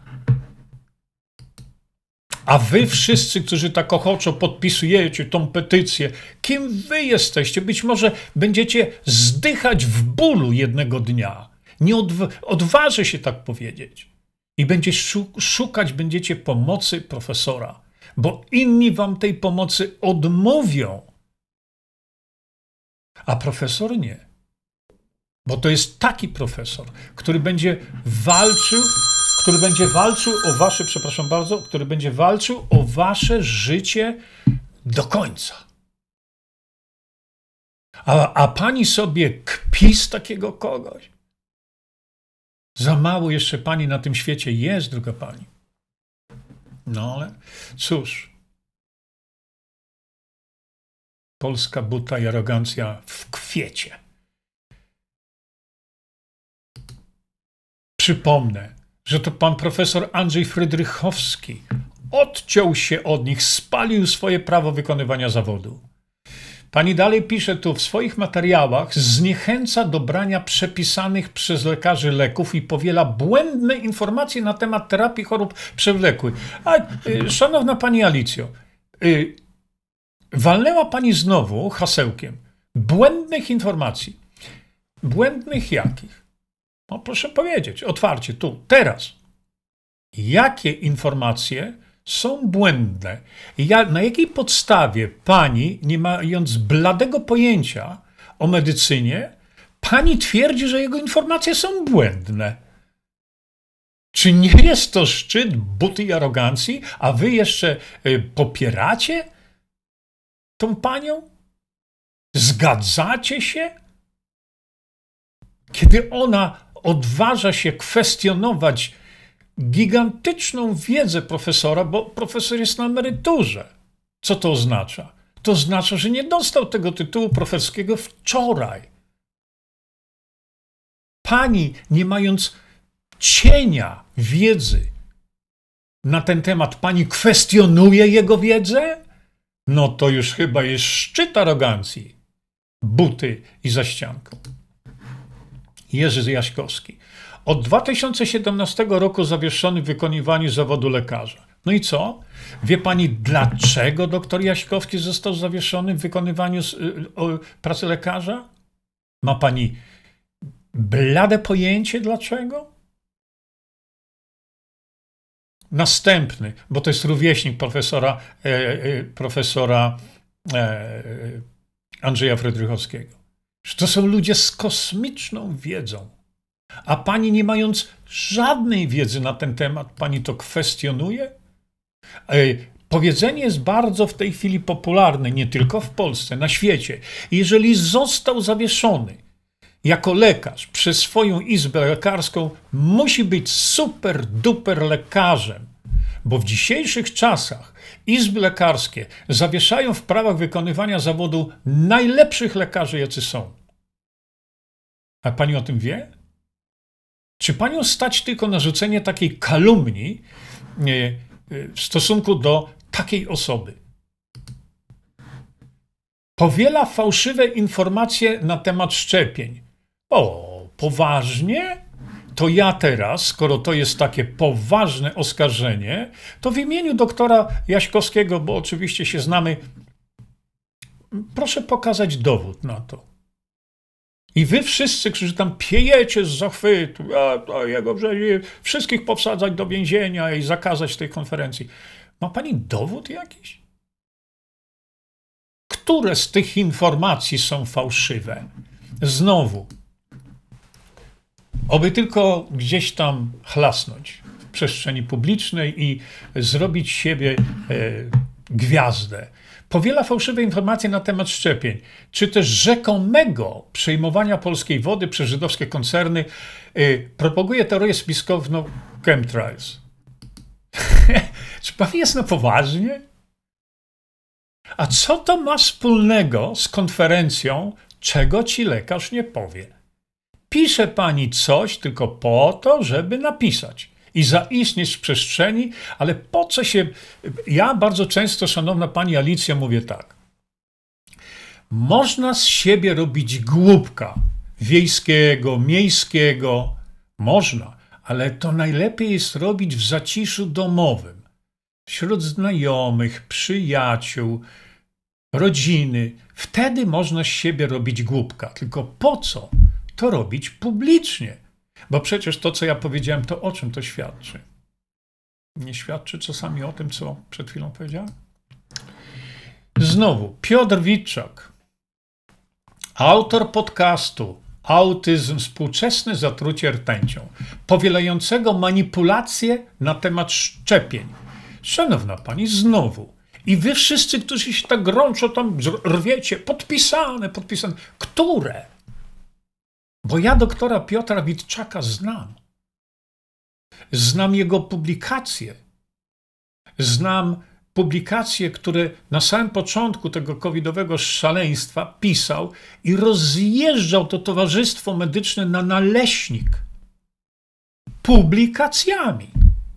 A wy wszyscy, którzy tak ochoczo podpisujecie tą petycję, kim wy jesteście? Być może będziecie zdychać w bólu jednego dnia. Nie odważę się tak powiedzieć. I szukać będziecie pomocy profesora, bo inni wam tej pomocy odmówią. A profesor nie. Bo to jest taki profesor, który będzie walczył o wasze, przepraszam bardzo, który będzie walczył o wasze życie do końca. A pani sobie kpi z takiego kogoś? Za mało jeszcze pani na tym świecie jest, droga pani. No ale cóż. Polska buta i arogancja w kwiecie. Przypomnę, że to pan profesor Andrzej Frydrychowski odciął się od nich, spalił swoje prawo wykonywania zawodu. Pani dalej pisze tu w swoich materiałach, zniechęca do brania przepisanych przez lekarzy leków i powiela błędne informacje na temat terapii chorób przewlekłych. Szanowna pani Alicjo, walnęła pani znowu hasełkiem błędnych informacji. Błędnych jakich? No proszę powiedzieć, otwarcie, tu, teraz. Jakie informacje są błędne? Na jakiej podstawie pani, nie mając bladego pojęcia o medycynie, pani twierdzi, że jego informacje są błędne? Czy nie jest to szczyt buty i arogancji, a wy jeszcze popieracie tą panią? Zgadzacie się? Kiedy ona odważa się kwestionować gigantyczną wiedzę profesora, bo profesor jest na emeryturze. Co to oznacza? To oznacza, że nie dostał tego tytułu profesorskiego wczoraj. Pani, nie mając cienia wiedzy na ten temat, pani kwestionuje jego wiedzę? No to już chyba jest szczyt arogancji, buty i zaścianką. Jerzy Jaśkowski. Od 2017 roku zawieszony w wykonywaniu zawodu lekarza. No i co? Wie pani, dlaczego doktor Jaśkowski został zawieszony w wykonywaniu pracy lekarza? Ma pani blade pojęcie dlaczego? Następny, bo to jest rówieśnik profesora Andrzeja Frydrychowskiego. To są ludzie z kosmiczną wiedzą. A pani, nie mając żadnej wiedzy na ten temat, pani to kwestionuje? Powiedzenie jest bardzo w tej chwili popularne, nie tylko w Polsce, na świecie. Jeżeli został zawieszony jako lekarz przez swoją izbę lekarską, musi być super duper lekarzem, bo w dzisiejszych czasach izby lekarskie zawieszają w prawach wykonywania zawodu najlepszych lekarzy, jacy są. A pani o tym wie? Czy panią stać tylko na rzucenie takiej kalumnii w stosunku do takiej osoby? Powiela fałszywe informacje na temat szczepień. O, poważnie? To ja teraz, skoro to jest takie poważne oskarżenie, to w imieniu doktora Jaśkowskiego, bo oczywiście się znamy, proszę pokazać dowód na to. I wy wszyscy, którzy tam piejecie z zachwytu, to jego wszystkich powsadzać do więzienia i zakazać tej konferencji. Ma pani dowód jakiś? Które z tych informacji są fałszywe? Znowu, oby tylko gdzieś tam chlasnąć w przestrzeni publicznej i zrobić siebie gwiazdę. Powiela fałszywe informacje na temat szczepień, czy też rzekomego przejmowania polskiej wody przez żydowskie koncerny, propaguje teorię spiskowną chemtrails. Czy pan jest na poważnie? A co to ma wspólnego z konferencją, czego ci lekarz nie powie? Pisze pani coś tylko po to, żeby napisać i zaistnieć w przestrzeni, ale po co się... Ja bardzo często, szanowna pani Alicjo, mówię tak. Można z siebie robić głupka wiejskiego, miejskiego. Można, ale to najlepiej jest robić w zaciszu domowym. Wśród znajomych, przyjaciół, rodziny. Wtedy można z siebie robić głupka. Tylko po co to robić publicznie? Bo przecież to, co ja powiedziałem, to o czym to świadczy? Nie świadczy czasami o tym, co przed chwilą powiedziałem? Znowu, Piotr Witczak, autor podcastu Autyzm, współczesne zatrucie rtęcią, powielającego manipulacje na temat szczepień. Szanowna pani, znowu. I wy wszyscy, którzy się tak gorąco tam rwiecie, podpisane. Które? Bo ja doktora Piotra Witczaka znam. Znam jego publikacje. Znam publikacje, które na samym początku tego covidowego szaleństwa pisał i rozjeżdżał to towarzystwo medyczne na naleśnik publikacjami.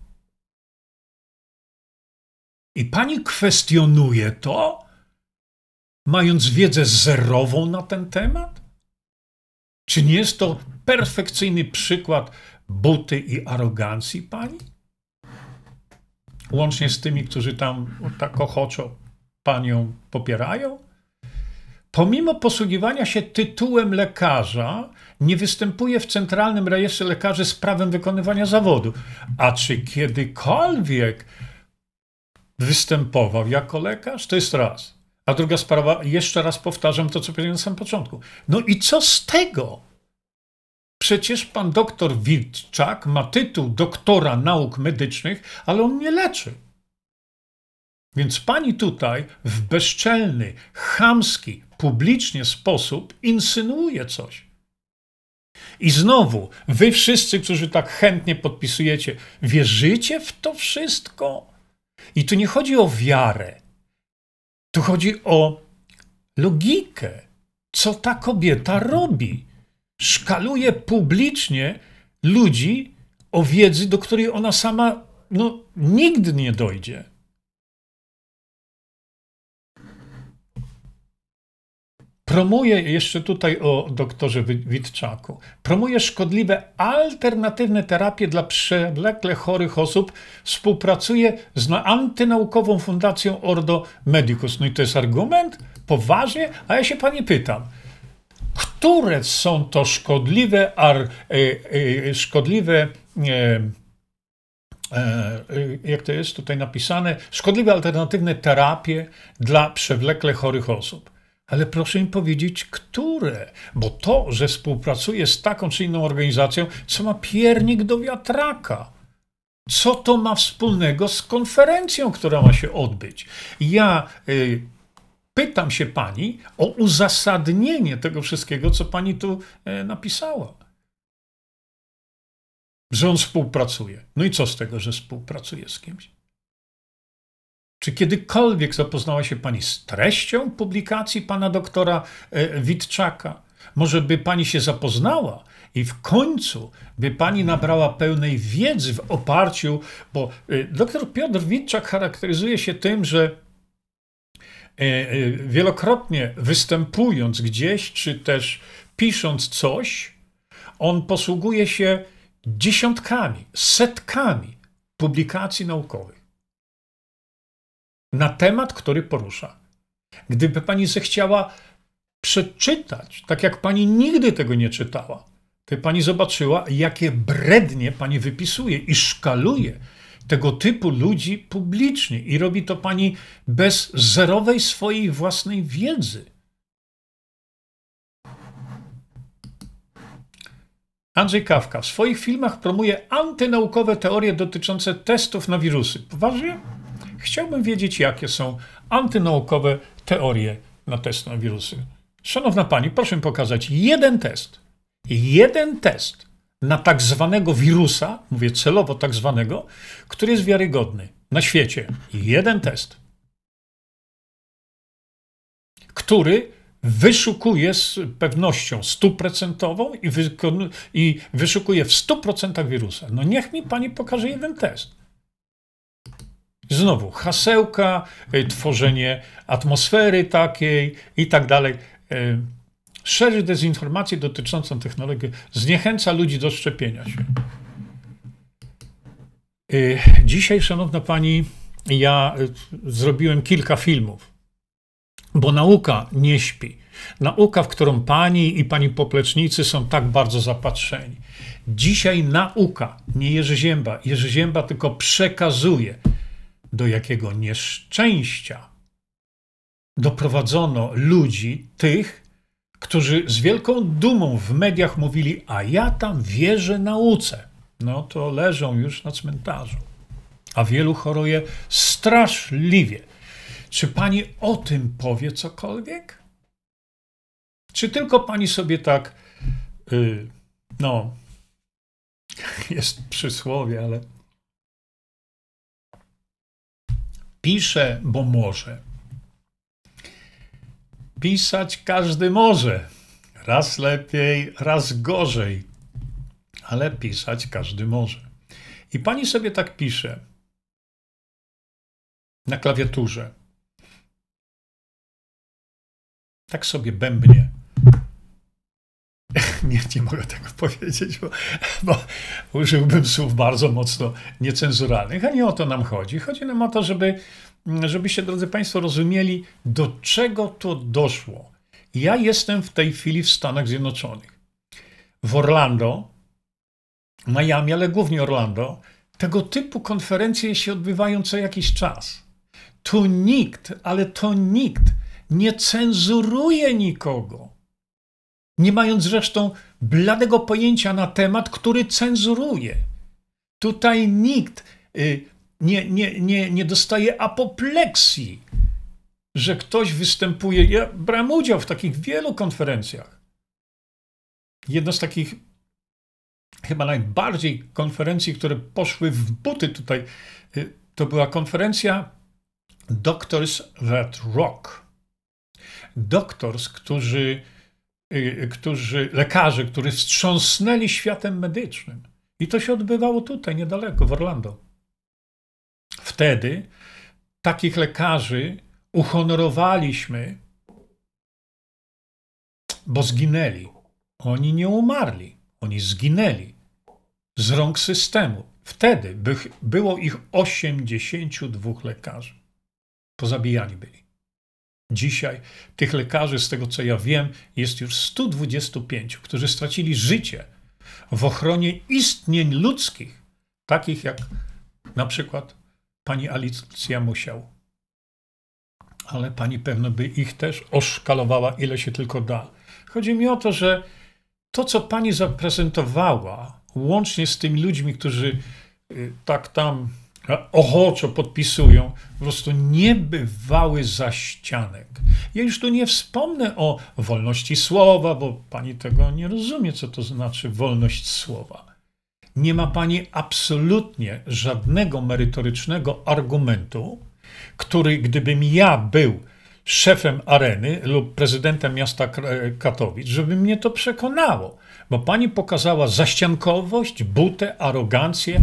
I pani kwestionuje to, mając wiedzę zerową na ten temat? Czy nie jest to perfekcyjny przykład buty i arogancji pani? Łącznie z tymi, którzy tam tak ochoczo panią popierają? Pomimo posługiwania się tytułem lekarza, nie występuje w Centralnym Rejestrze Lekarzy z prawem wykonywania zawodu. A czy kiedykolwiek występował jako lekarz? To jest raz. A druga sprawa, jeszcze raz powtarzam to, co powiedziałem na samym początku. No i co z tego? Przecież pan doktor Witczak ma tytuł doktora nauk medycznych, ale on nie leczy. Więc pani tutaj w bezczelny, chamski, publicznie sposób insynuuje coś. I znowu, wy wszyscy, którzy tak chętnie podpisujecie, wierzycie w to wszystko? I tu nie chodzi o wiarę. Tu chodzi o logikę. Co ta kobieta robi? Szkaluje publicznie ludzi o wiedzy, do której ona sama nigdy nie dojdzie. promuje, jeszcze tutaj o doktorze Witczaku, promuje szkodliwe alternatywne terapie dla przewlekle chorych osób, współpracuje z antynaukową fundacją Ordo Medicus. No i to jest argument? Poważnie? A ja się pani pytam, które są to szkodliwe jak to jest tutaj napisane, szkodliwe alternatywne terapie dla przewlekle chorych osób. Ale proszę mi powiedzieć, które? Bo to, że współpracuje z taką czy inną organizacją, co ma piernik do wiatraka. Co to ma wspólnego z konferencją, która ma się odbyć? Ja pytam się pani o uzasadnienie tego wszystkiego, co pani tu napisała. Że on współpracuje. No i co z tego, że współpracuje z kimś? Czy kiedykolwiek zapoznała się pani z treścią publikacji pana doktora Witczaka? Może by pani się zapoznała i w końcu by pani nabrała pełnej wiedzy w oparciu, bo dr Piotr Witczak charakteryzuje się tym, że wielokrotnie występując gdzieś, czy też pisząc coś, on posługuje się dziesiątkami, setkami publikacji naukowych na temat, który porusza. Gdyby pani zechciała przeczytać, tak jak pani nigdy tego nie czytała, to pani zobaczyła, jakie brednie pani wypisuje i szkaluje tego typu ludzi publicznie. I robi to pani bez zerowej swojej własnej wiedzy. Andrzej Kawka w swoich filmach promuje antynaukowe teorie dotyczące testów na wirusy. Poważnie? Chciałbym wiedzieć, jakie są antynaukowe teorie na test na wirusy. Szanowna pani, proszę mi pokazać jeden test na tak zwanego wirusa, mówię celowo tak zwanego, który jest wiarygodny na świecie. Jeden test, który wyszukuje z pewnością 100% i wyszukuje w 100% wirusa. No niech mi pani pokaże jeden test. Znowu hasełka, tworzenie atmosfery takiej i tak dalej. Szerzy dezinformację dotyczącą technologii, zniechęca ludzi do szczepienia się. Dzisiaj, szanowna pani, ja zrobiłem kilka filmów, bo nauka nie śpi. Nauka, w którą pani i pani poplecznicy są tak bardzo zapatrzeni. Dzisiaj nauka, nie Jerzy Zięba. Jerzy Zięba tylko przekazuje, do jakiego nieszczęścia doprowadzono ludzi, tych, którzy z wielką dumą w mediach mówili, a ja tam wierzę nauce. No to leżą już na cmentarzu. A wielu choruje straszliwie. Czy pani o tym powie cokolwiek? Czy tylko pani sobie tak, jest przysłowie, ale pisze, bo może. Pisać każdy może. Raz lepiej, raz gorzej. Ale pisać każdy może. I pani sobie tak pisze na klawiaturze. Tak sobie bębnie. Nie mogę tego powiedzieć, bo użyłbym słów bardzo mocno niecenzuralnych, a nie o to nam chodzi. Chodzi nam o to, żebyście, drodzy państwo, rozumieli, do czego to doszło. Ja jestem w tej chwili w Stanach Zjednoczonych. W Orlando, Miami, ale głównie Orlando, tego typu konferencje się odbywają co jakiś czas. Tu nikt, ale to nikt nie cenzuruje nikogo. Nie mając zresztą bladego pojęcia na temat, który cenzuruje. Tutaj nikt nie dostaje apopleksji, że ktoś występuje. Ja brałem udział w takich wielu konferencjach. Jedna z takich chyba najbardziej konferencji, które poszły w buty tutaj, to była konferencja Doctors That Rock. Doctors, lekarze, którzy wstrząsnęli światem medycznym. I to się odbywało tutaj, niedaleko, w Orlando. Wtedy takich lekarzy uhonorowaliśmy bo zginęli. Oni nie umarli, oni zginęli z rąk systemu. Wtedy było ich 82 lekarzy. Pozabijani byli. Dzisiaj tych lekarzy, z tego co ja wiem, jest już 125, którzy stracili życie w ochronie istnień ludzkich, takich jak na przykład pani Alicja Musiał. Ale pani pewno by ich też oszkalowała, ile się tylko da. Chodzi mi o to, że to, co pani zaprezentowała, łącznie z tymi ludźmi, którzy tak tam ochoczo podpisują, po prostu niebywały zaścianek. Ja już tu nie wspomnę o wolności słowa, bo pani tego nie rozumie, co to znaczy wolność słowa. Nie ma pani absolutnie żadnego merytorycznego argumentu, który, gdybym ja był szefem Areny lub prezydentem miasta Katowic, żeby mnie to przekonało, bo pani pokazała zaściankowość, butę, arogancję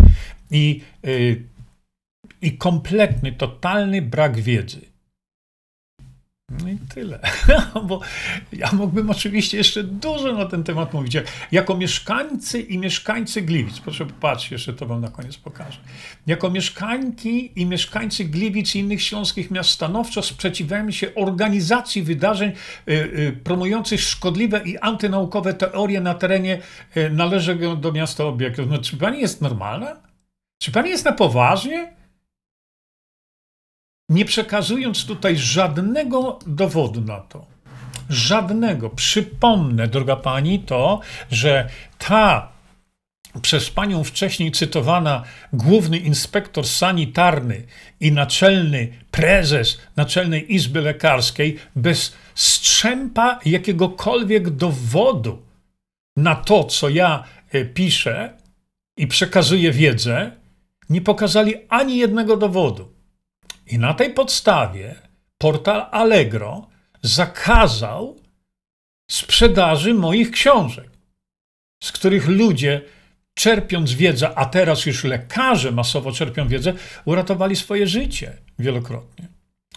i kompletny, totalny brak wiedzy. No i tyle. Bo ja mógłbym oczywiście jeszcze dużo na ten temat mówić. Jako mieszkańcy i mieszkańcy Gliwic, proszę popatrzeć, jeszcze to wam na koniec pokażę. Jako mieszkanki i mieszkańcy Gliwic i innych śląskich miast stanowczo sprzeciwiamy się organizacji wydarzeń promujących szkodliwe i antynaukowe teorie na terenie należącego do miasta obiektu. No, czy pani jest normalna? Czy pani jest na poważnie? Nie przekazując tutaj żadnego dowodu na to. Żadnego. Przypomnę, droga pani, to, że ta przez panią wcześniej cytowana główny inspektor sanitarny i naczelny prezes Naczelnej Izby Lekarskiej bez strzępa jakiegokolwiek dowodu na to, co ja piszę i przekazuję wiedzę, nie pokazali ani jednego dowodu. I na tej podstawie portal Allegro zakazał sprzedaży moich książek, z których ludzie, czerpiąc wiedzę, a teraz już lekarze masowo czerpią wiedzę, uratowali swoje życie wielokrotnie.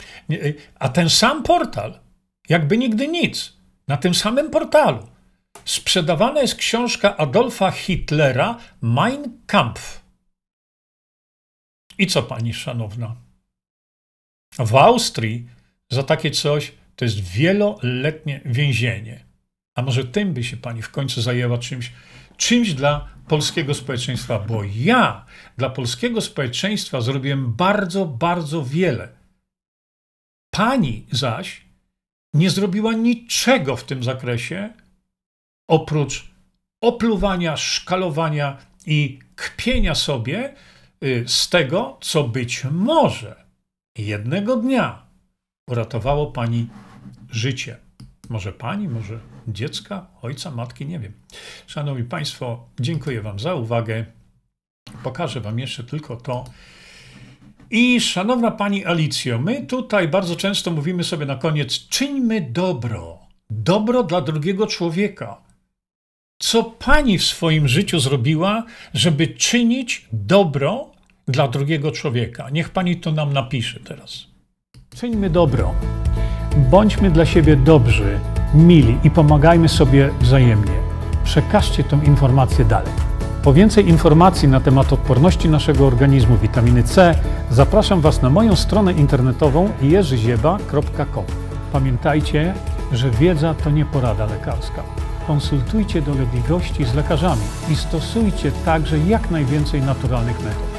A ten sam portal, jakby nigdy nic, na tym samym portalu sprzedawana jest książka Adolfa Hitlera Mein Kampf. I co pani szanowna? W Austrii za takie coś to jest wieloletnie więzienie. A może tym by się pani w końcu zajęła czymś dla polskiego społeczeństwa, bo ja dla polskiego społeczeństwa zrobiłem bardzo, bardzo wiele. Pani zaś nie zrobiła niczego w tym zakresie, oprócz opluwania, szkalowania i kpienia sobie z tego, co być może jednego dnia uratowało pani życie. Może pani, może dziecka, ojca, matki, nie wiem. Szanowni państwo, dziękuję wam za uwagę. Pokażę wam jeszcze tylko to. I szanowna pani Alicjo, my tutaj bardzo często mówimy sobie na koniec, czyńmy dobro. Dobro dla drugiego człowieka. Co pani w swoim życiu zrobiła, żeby czynić dobro dla drugiego człowieka? Niech pani to nam napisze teraz. Czyńmy dobro. Bądźmy dla siebie dobrzy, mili i pomagajmy sobie wzajemnie. Przekażcie tę informację dalej. Po więcej informacji na temat odporności naszego organizmu witaminy C zapraszam was na moją stronę internetową jerzyzieba.com. Pamiętajcie, że wiedza to nie porada lekarska. Konsultujcie dolegliwości z lekarzami i stosujcie także jak najwięcej naturalnych metod.